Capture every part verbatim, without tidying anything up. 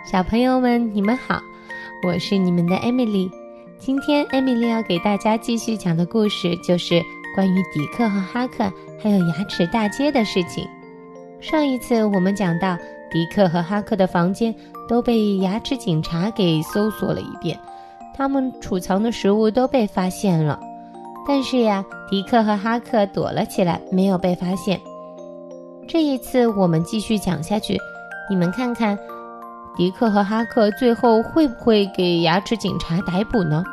小朋友们，你们好，我是你们的 Emily。 今天 Emily 要给大家继续讲的故事就是关于迪克和哈克还有牙齿大街的事情。上一次我们讲到迪克和哈克的房间都被牙齿警察给搜索了一遍，他们储藏的食物都被发现了，但是呀，迪克和哈克躲了起来，没有被发现。这一次我们继续讲下去，你们看看迪克和哈克最后会不会给牙齿警察逮捕呢？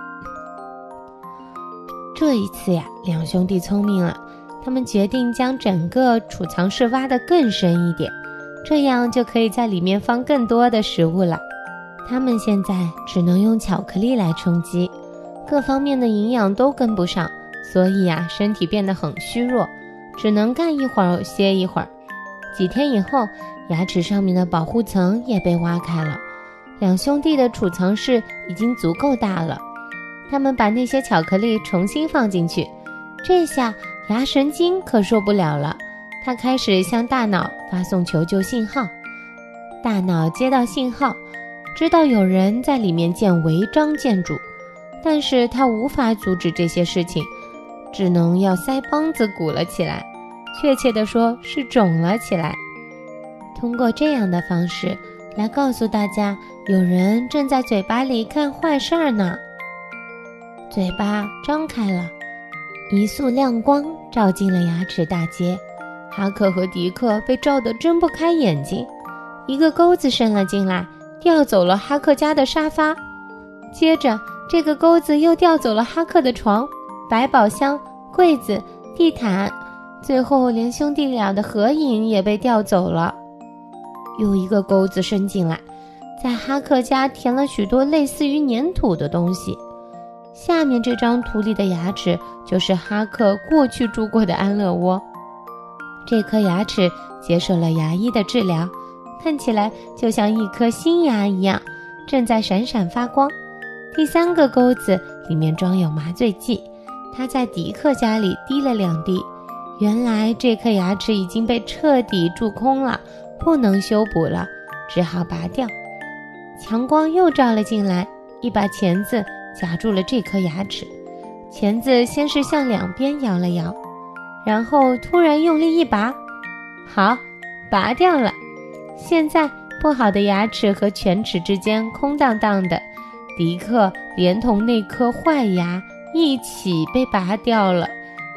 这一次呀，两兄弟聪明了，他们决定将整个储藏室挖得更深一点，这样就可以在里面放更多的食物了。他们现在只能用巧克力来充饥，各方面的营养都跟不上，所以呀，身体变得很虚弱，只能干一会儿歇一会儿。几天以后，牙齿上面的保护层也被挖开了，两兄弟的储藏室已经足够大了。他们把那些巧克力重新放进去，这下牙神经可受不了了，他开始向大脑发送求救信号。大脑接到信号，知道有人在里面建违章建筑，但是他无法阻止这些事情，只能要腮帮子鼓了起来，确切地说是肿了起来。通过这样的方式来告诉大家，有人正在嘴巴里干坏事儿呢。嘴巴张开了，一束亮光照进了牙齿大街，哈克和迪克被照得睁不开眼睛。一个钩子伸了进来，调走了哈克家的沙发，接着这个钩子又调走了哈克的床、百宝箱、柜子、地毯，最后连兄弟俩的合影也被调走了。又一个钩子伸进来，在哈克家填了许多类似于粘土的东西。下面这张图里的牙齿就是哈克过去住过的安乐窝。这颗牙齿接受了牙医的治疗，看起来就像一颗新牙一样，正在闪闪发光。第三个钩子里面装有麻醉剂，他在迪克家里滴了两滴。原来这颗牙齿已经被彻底蛀空了，不能修补了，只好拔掉。强光又照了进来，一把钳子夹住了这颗牙齿，钳子先是向两边摇了摇，然后突然用力一拔，好，拔掉了。现在不好的牙齿和犬齿之间空荡荡的，迪克连同那颗坏牙一起被拔掉了。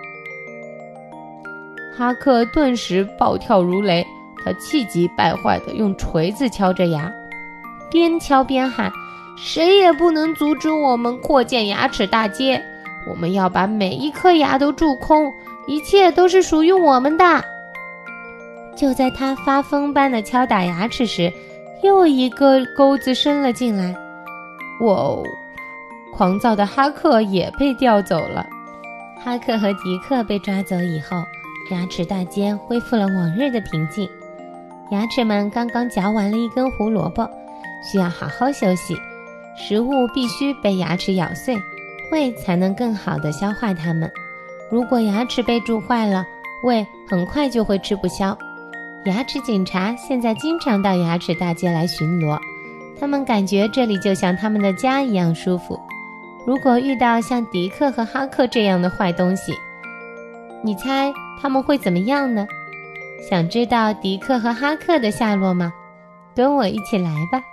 哈克顿时暴跳如雷，他气急败坏地用锤子敲着牙，边敲边喊，谁也不能阻止我们扩建牙齿大街，我们要把每一颗牙都蛀空，一切都是属于我们的。就在他发疯般的敲打牙齿时，又一个钩子伸了进来。哇哦！狂躁的哈克也被调走了。哈克和迪克被抓走以后，牙齿大街恢复了往日的平静。牙齿们刚刚嚼完了一根胡萝卜，需要好好休息，食物必须被牙齿咬碎，胃才能更好地消化它们。如果牙齿被蛀坏了，胃很快就会吃不消。牙齿警察现在经常到牙齿大街来巡逻，他们感觉这里就像他们的家一样舒服。如果遇到像迪克和哈克这样的坏东西，你猜他们会怎么样呢？想知道迪克和哈克的下落吗？跟我一起来吧。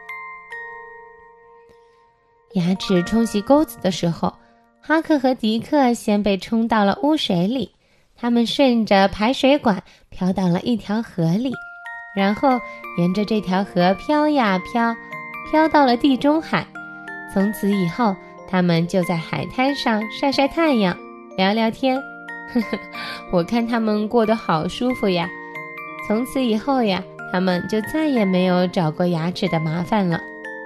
牙齿冲洗钩子的时候，哈克和迪克先被冲到了污水里，他们顺着排水管飘到了一条河里，然后沿着这条河飘呀飘，飘到了地中海。从此以后，他们就在海滩上晒晒太阳，聊聊天。呵呵，我看他们过得好舒服呀。从此以后呀，他们就再也没有找过牙齿的麻烦了。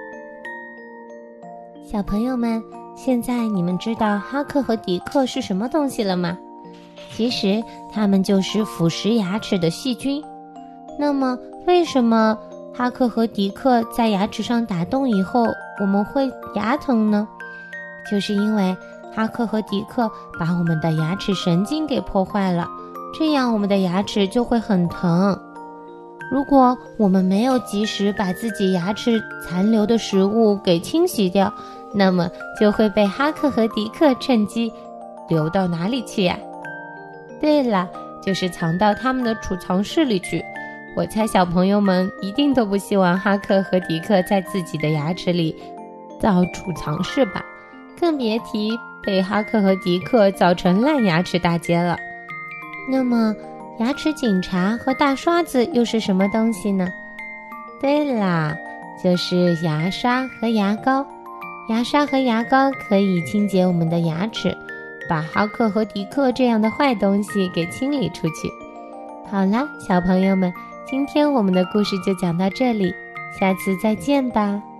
小朋友们，现在你们知道哈克和迪克是什么东西了吗？其实他们就是腐蚀牙齿的细菌。那么为什么哈克和迪克在牙齿上打洞以后我们会牙疼呢？就是因为哈克和迪克把我们的牙齿神经给破坏了，这样我们的牙齿就会很疼。 如果我们没有及时把自己牙齿残留的食物给清洗掉，那么就会被哈克和迪克趁机流到哪里去呀？对了，就是藏到他们的储藏室里去。我猜小朋友们一定都不希望哈克和迪克在自己的牙齿里造储藏室吧，更别提被哈克和迪克造成烂牙齿大街了。那么牙齿警察和大刷子又是什么东西呢？对啦，就是牙刷和牙膏。牙刷和牙膏可以清洁我们的牙齿，把哈克和迪克这样的坏东西给清理出去。好啦，小朋友们，今天我们的故事就讲到这里，下次再见吧。